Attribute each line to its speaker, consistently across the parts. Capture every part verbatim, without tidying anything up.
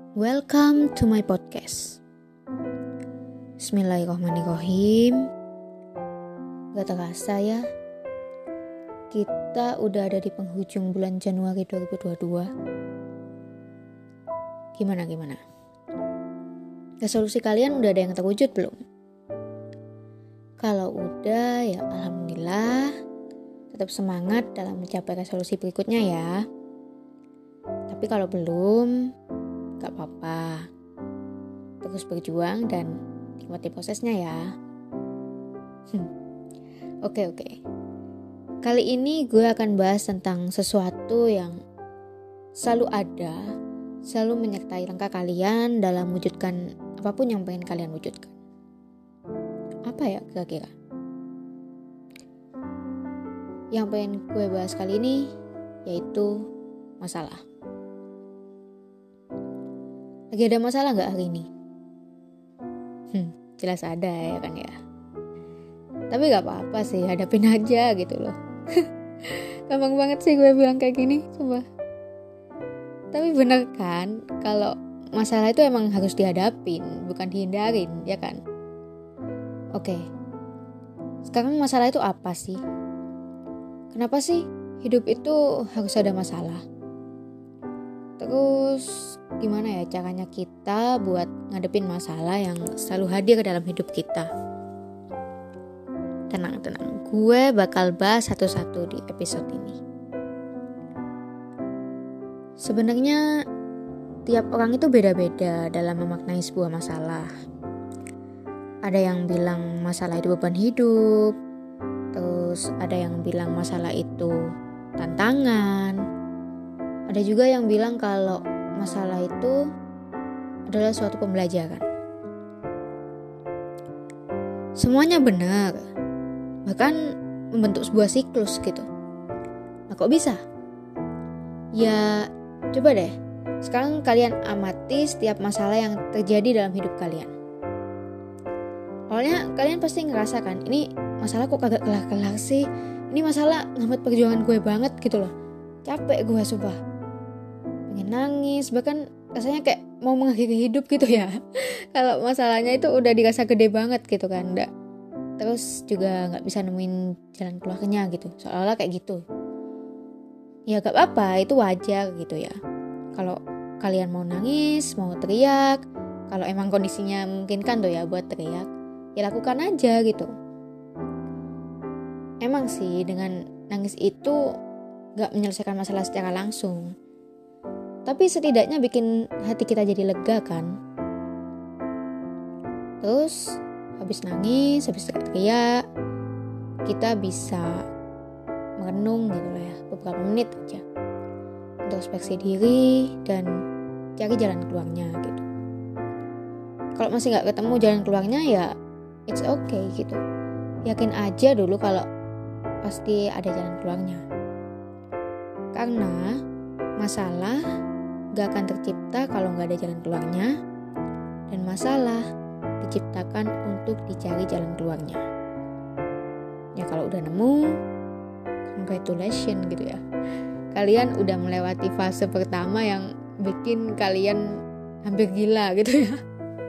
Speaker 1: Welcome to my podcast. Bismillahirrahmanirrahim. Gak terasa ya, kita udah ada di penghujung bulan Januari dua ribu dua puluh dua. Gimana-gimana? Resolusi kalian udah ada yang terwujud belum? Kalau udah ya alhamdulillah. Tetap semangat dalam mencapai resolusi berikutnya ya. Tapi kalau belum, gak apa-apa. Terus berjuang dan nikmati prosesnya ya. Oke oke. Kali ini gue akan bahas tentang sesuatu yang selalu ada, selalu menyertai langkah kalian dalam mewujudkan apapun yang pengen kalian wujudkan. Apa ya kira-kira? Yang pengen gue bahas kali ini yaitu masalah. Lagi ada masalah gak hari ini? Hmm, jelas ada ya kan ya. Tapi gak apa-apa sih, hadapin aja gitu loh. Gampang banget sih gue bilang kayak gini, coba. Tapi bener kan, kalau masalah itu emang harus dihadapin, bukan dihindarin, ya kan? Oke, sekarang masalah itu apa sih? Kenapa sih hidup itu harus ada masalah? Terus gimana ya caranya kita buat ngadepin masalah yang selalu hadir dalam hidup kita? Tenang-tenang, gue bakal bahas satu-satu di episode ini. Sebenarnya tiap orang itu beda-beda dalam memaknai sebuah masalah. Ada yang bilang masalah itu beban hidup, terus ada yang bilang masalah itu tantangan. Ada juga yang bilang kalau masalah itu adalah suatu pembelajaran. Semuanya benar, bahkan membentuk sebuah siklus gitu. Nah kok bisa? Ya coba deh, sekarang kalian amati setiap masalah yang terjadi dalam hidup kalian. Awalnya kalian pasti ngerasakan, ini masalah kok kagak kelar-kelar sih. Ini masalah ngambat perjuangan gue banget gitu loh. Capek gue sumpah. Pengen nangis, bahkan rasanya kayak mau mengakhiri hidup gitu ya. Kalau masalahnya itu udah dirasa gede banget gitu kan. Nggak. Terus juga gak bisa nemuin jalan keluarnya gitu. Seolah-olah kayak gitu. Ya gak apa-apa, itu wajar gitu ya. Kalau kalian mau nangis, mau teriak, kalau emang kondisinya memungkinkan tuh ya buat teriak, ya lakukan aja gitu. Emang sih dengan nangis itu gak menyelesaikan masalah secara langsung, tapi setidaknya bikin hati kita jadi lega kan. Terus habis nangis, habis teriak, kita bisa merenung gitu lah ya, beberapa menit aja, introspeksi diri dan cari jalan keluarnya gitu. Kalau masih gak ketemu jalan keluarnya ya it's okay gitu. Yakin aja dulu kalau pasti ada jalan keluarnya. Karena masalah gak akan tercipta kalau gak ada jalan keluarnya, dan masalah diciptakan untuk dicari jalan keluarnya. Ya kalau udah nemu, congratulations gitu ya. Kalian udah melewati fase pertama yang bikin kalian hampir gila gitu ya.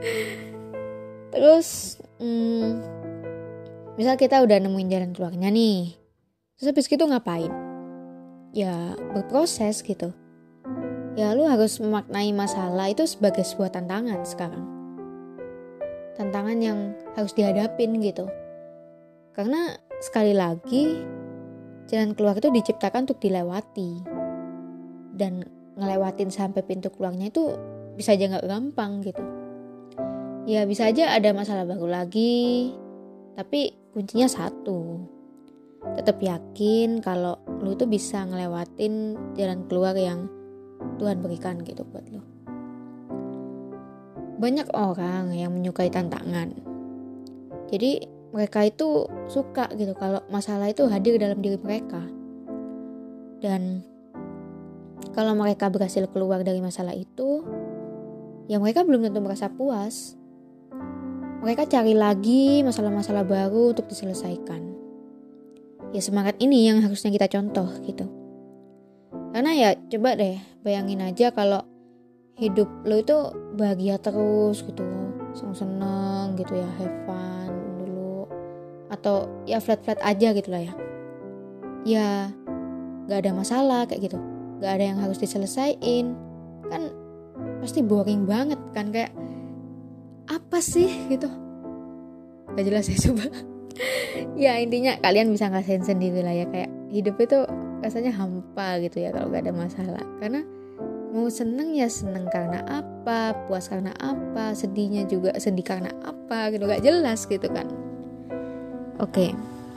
Speaker 1: Terus hmm, misal kita udah nemuin jalan keluarnya nih, terus habis gitu ngapain? Ya berproses gitu. Ya lu harus memaknai masalah itu sebagai sebuah tantangan sekarang. Tantangan yang harus dihadapin gitu. Karena sekali lagi jalan keluar itu diciptakan untuk dilewati. Dan ngelewatin sampai pintu keluarnya itu bisa aja gak gampang gitu. Ya bisa aja ada masalah baru lagi, tapi kuncinya satu. Tetap yakin kalau lu tuh bisa ngelewatin jalan keluar yang Tuhan berikan gitu buat lu. Banyak orang yang menyukai tantangan. Jadi mereka itu suka gitu kalau masalah itu hadir dalam diri mereka. Dan kalau mereka berhasil keluar dari masalah itu, ya mereka belum tentu merasa puas. Mereka cari lagi masalah-masalah baru untuk diselesaikan. Ya semangat ini yang harusnya kita contoh gitu. Karena ya coba deh bayangin aja kalau hidup lo itu bahagia terus gitu, seneng-seneng gitu ya, have fun dulu, atau ya flat-flat aja gitu lah ya, ya gak ada masalah kayak gitu, gak ada yang harus diselesaikan, kan pasti boring banget kan, kayak apa sih gitu, gak jelas ya coba. Ya intinya kalian bisa ngerasain sendiri lah ya, kayak hidup itu rasanya hampa gitu ya kalau gak ada masalah, karena mau seneng ya seneng karena apa, puas karena apa, sedihnya juga sedih karena apa gitu, gak jelas gitu kan. Oke,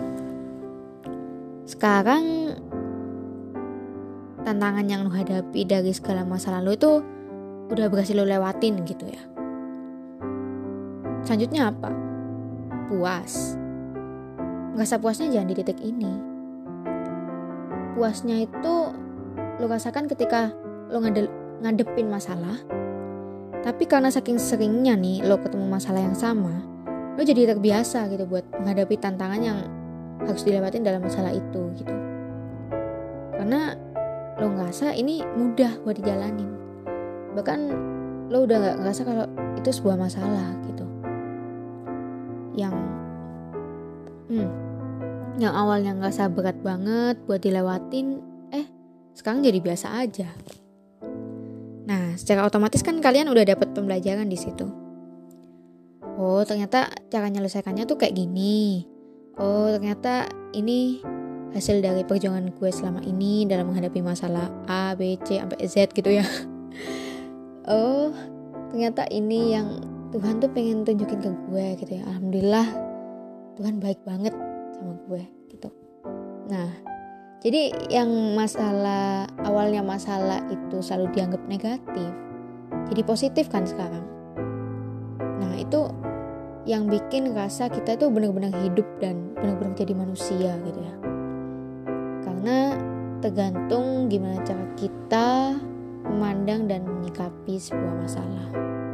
Speaker 1: sekarang tantangan yang lo hadapi dari segala masa lalu itu udah berhasil lo lewatin gitu ya. Selanjutnya apa? Puas. Ngerasa puasnya jangan di titik ini. Puasnya itu lo rasakan ketika lo ngade- ngadepin masalah, tapi karena saking seringnya nih lo ketemu masalah yang sama, lo jadi terbiasa gitu buat menghadapi tantangan yang harus dilewatin dalam masalah itu gitu. Karena lo ngerasa ini mudah buat dijalanin, bahkan lo udah gak ngerasa kalau itu sebuah masalah gitu, yang hmm, yang awalnya ngerasa berat banget buat dilewatin, eh sekarang jadi biasa aja. Nah, secara otomatis kan kalian udah dapet pembelajaran di situ. Oh, ternyata cara menyelesaikannya tuh kayak gini. Oh, ternyata ini hasil dari perjuangan gue selama ini dalam menghadapi masalah A, B, C, sampai Z gitu ya. Oh, ternyata ini yang Tuhan tuh pengen tunjukin ke gue gitu ya. Alhamdulillah, Tuhan baik banget sama gue gitu. Nah, jadi yang masalah, awalnya masalah itu selalu dianggap negatif, jadi positif kan sekarang. Nah itu yang bikin rasa kita tuh benar-benar hidup dan benar-benar jadi manusia gitu ya. Karena tergantung gimana cara kita memandang dan menyikapi sebuah masalah.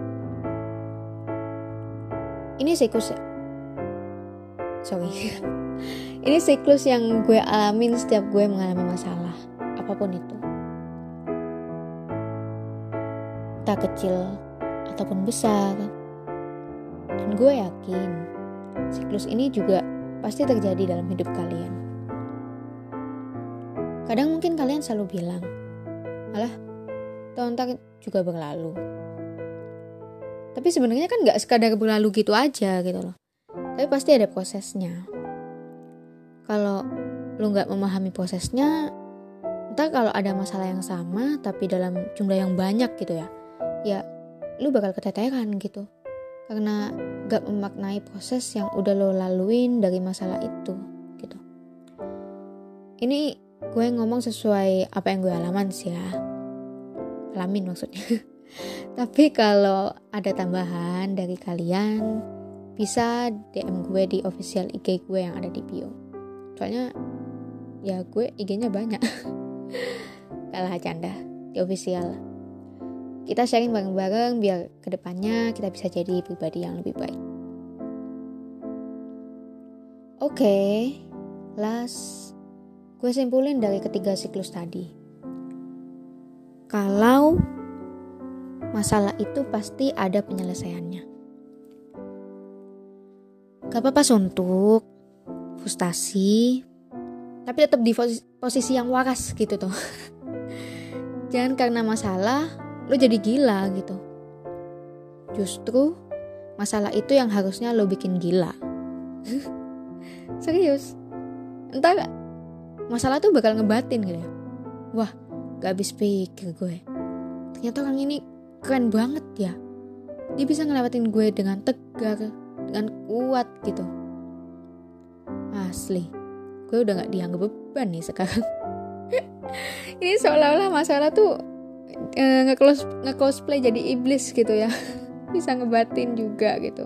Speaker 1: Ini siklus, sorry. Ini siklus yang gue alamin setiap gue mengalami masalah, apapun itu. Entah kecil ataupun besar. Dan gue yakin siklus ini juga pasti terjadi dalam hidup kalian. Kadang mungkin kalian selalu bilang, alah, tahun ntar juga berlalu. Tapi sebenarnya kan gak sekadar berlalu gitu aja gitu loh. Tapi pasti ada prosesnya. Kalau lu gak memahami prosesnya, ntar kalau ada masalah yang sama tapi dalam jumlah yang banyak gitu ya, ya lu bakal keteteran gitu. Karena gak memaknai proses yang udah lo laluin dari masalah itu gitu. Ini gue ngomong sesuai apa yang gue alamin sih ya. Alamin maksudnya. Tapi kalau ada tambahan dari kalian, bisa D M gue di official I G gue yang ada di bio. Soalnya ya gue I G-nya banyak. Kalah canda, di official. Kita sharing bareng-bareng biar kedepannya kita bisa jadi pribadi yang lebih baik. Oke, okay, last gue simpulin dari ketiga siklus tadi. Kalau masalah itu pasti ada penyelesaiannya. Gak apa-apa suntuk, frustasi, tapi tetap di posisi yang waras gitu tuh. Jangan karena masalah lo jadi gila gitu. Justru masalah itu yang harusnya lo bikin gila. Serius. Entah masalah tuh bakal ngebatin gitu ya. Wah, gak habis pikir gue. Ternyata orang ini keren banget ya. Dia bisa ngelewatin gue dengan tegar, dengan kuat gitu. Asli, gue udah gak dianggap beban nih sekarang. Ini seolah-olah masalah tuh e, nge-close, nge-cosplay jadi iblis gitu ya. Bisa ngebatin juga gitu.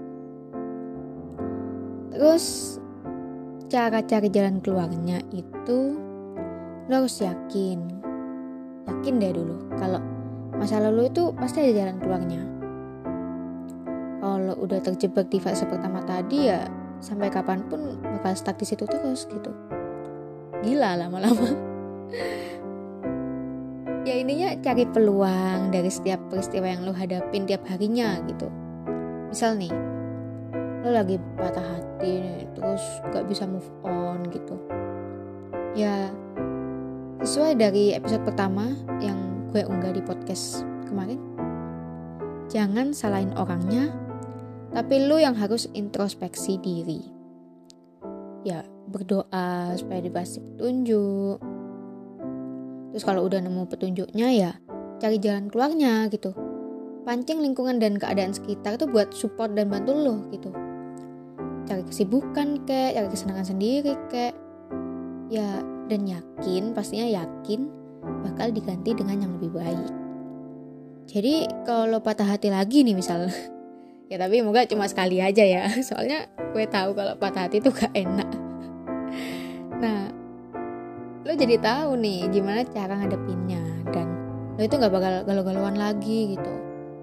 Speaker 1: Terus cara cari jalan keluarnya itu lo harus yakin. Yakin deh dulu kalau masalah lo itu pasti ada jalan keluarnya. Kalau udah terjebak di fase pertama tadi ya sampai kapanpun bakal stuck di situ terus gitu. Gila lama-lama. Ya intinya cari peluang dari setiap peristiwa yang lo hadapin tiap harinya gitu. Misal nih, lo lagi patah hati nih, terus gak bisa move on gitu. Ya sesuai dari episode pertama yang gue unggah di podcast kemarin, jangan salahin orangnya, tapi lo yang harus introspeksi diri. Ya berdoa supaya dikasih petunjuk. Terus kalau udah nemu petunjuknya ya cari jalan keluarnya gitu. Pancing lingkungan dan keadaan sekitar tuh buat support dan bantu lo gitu. Cari kesibukan kek, cari kesenangan sendiri kek. Ya dan yakin, pastinya yakin bakal diganti dengan yang lebih baik. Jadi kalau lo patah hati lagi nih misal, ya tapi semoga cuma sekali aja ya. Soalnya gue tahu kalau patah hati tuh gak enak. Nah, lo jadi tahu nih gimana cara ngadepinnya dan lo itu gak bakal galau-galauan lagi gitu.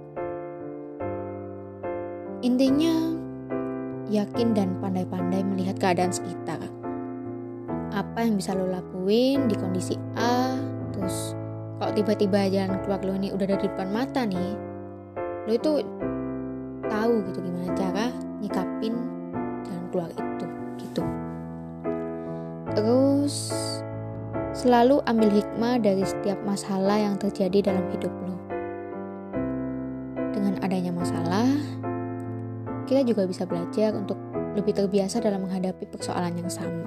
Speaker 1: Intinya yakin dan pandai-pandai melihat keadaan sekitar. Apa yang bisa lo lakuin di kondisi A, terus kalau tiba-tiba jalan keluar lo ini udah ada di depan mata nih, lo itu tahu gitu gimana cara nyikapin jalan keluar itu gitu. Terus selalu ambil hikmah dari setiap masalah yang terjadi dalam hidup lo. Dengan adanya masalah, kita juga bisa belajar untuk lebih terbiasa dalam menghadapi persoalan yang sama.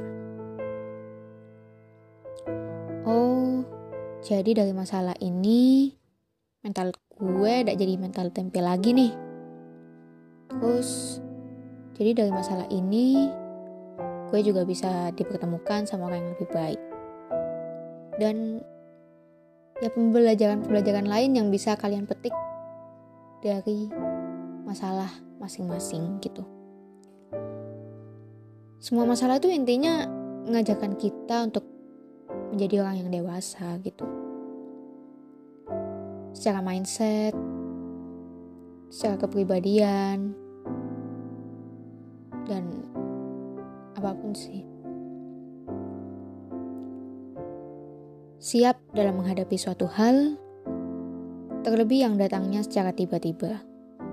Speaker 1: Oh, jadi dari masalah ini, mental gue udah jadi mental tempe lagi nih. Terus, jadi dari masalah ini, gue juga bisa dipertemukan sama orang yang lebih baik. Dan ya pembelajaran-pembelajaran lain yang bisa kalian petik dari masalah masing-masing gitu. Semua masalah itu intinya mengajarkan kita untuk menjadi orang yang dewasa gitu. Secara mindset, secara kepribadian, dan apapun sih. Siap dalam menghadapi suatu hal, terlebih yang datangnya secara tiba-tiba.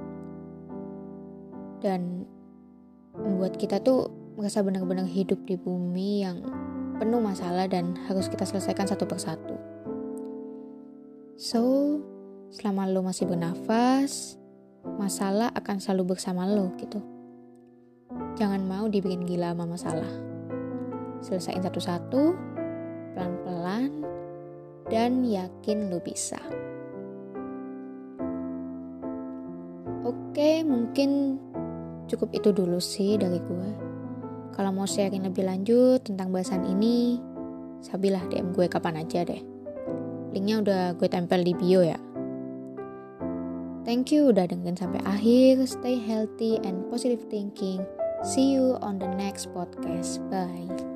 Speaker 1: Dan membuat kita tuh merasa benar-benar hidup di bumi yang penuh masalah dan harus kita selesaikan satu persatu. So, selama lo masih bernafas, masalah akan selalu bersama lo gitu. Jangan mau dibikin gila sama masalah. Selesain satu-satu, pelan-pelan, dan yakin lo bisa. Oke, mungkin cukup itu dulu sih dari gue. Kalau mau sharing lebih lanjut tentang bahasan ini, sabilah D M gue kapan aja deh. Linknya udah gue tempel di bio ya. Thank you udah dengerin sampai akhir. Stay healthy and positive thinking. See you on the next podcast. Bye.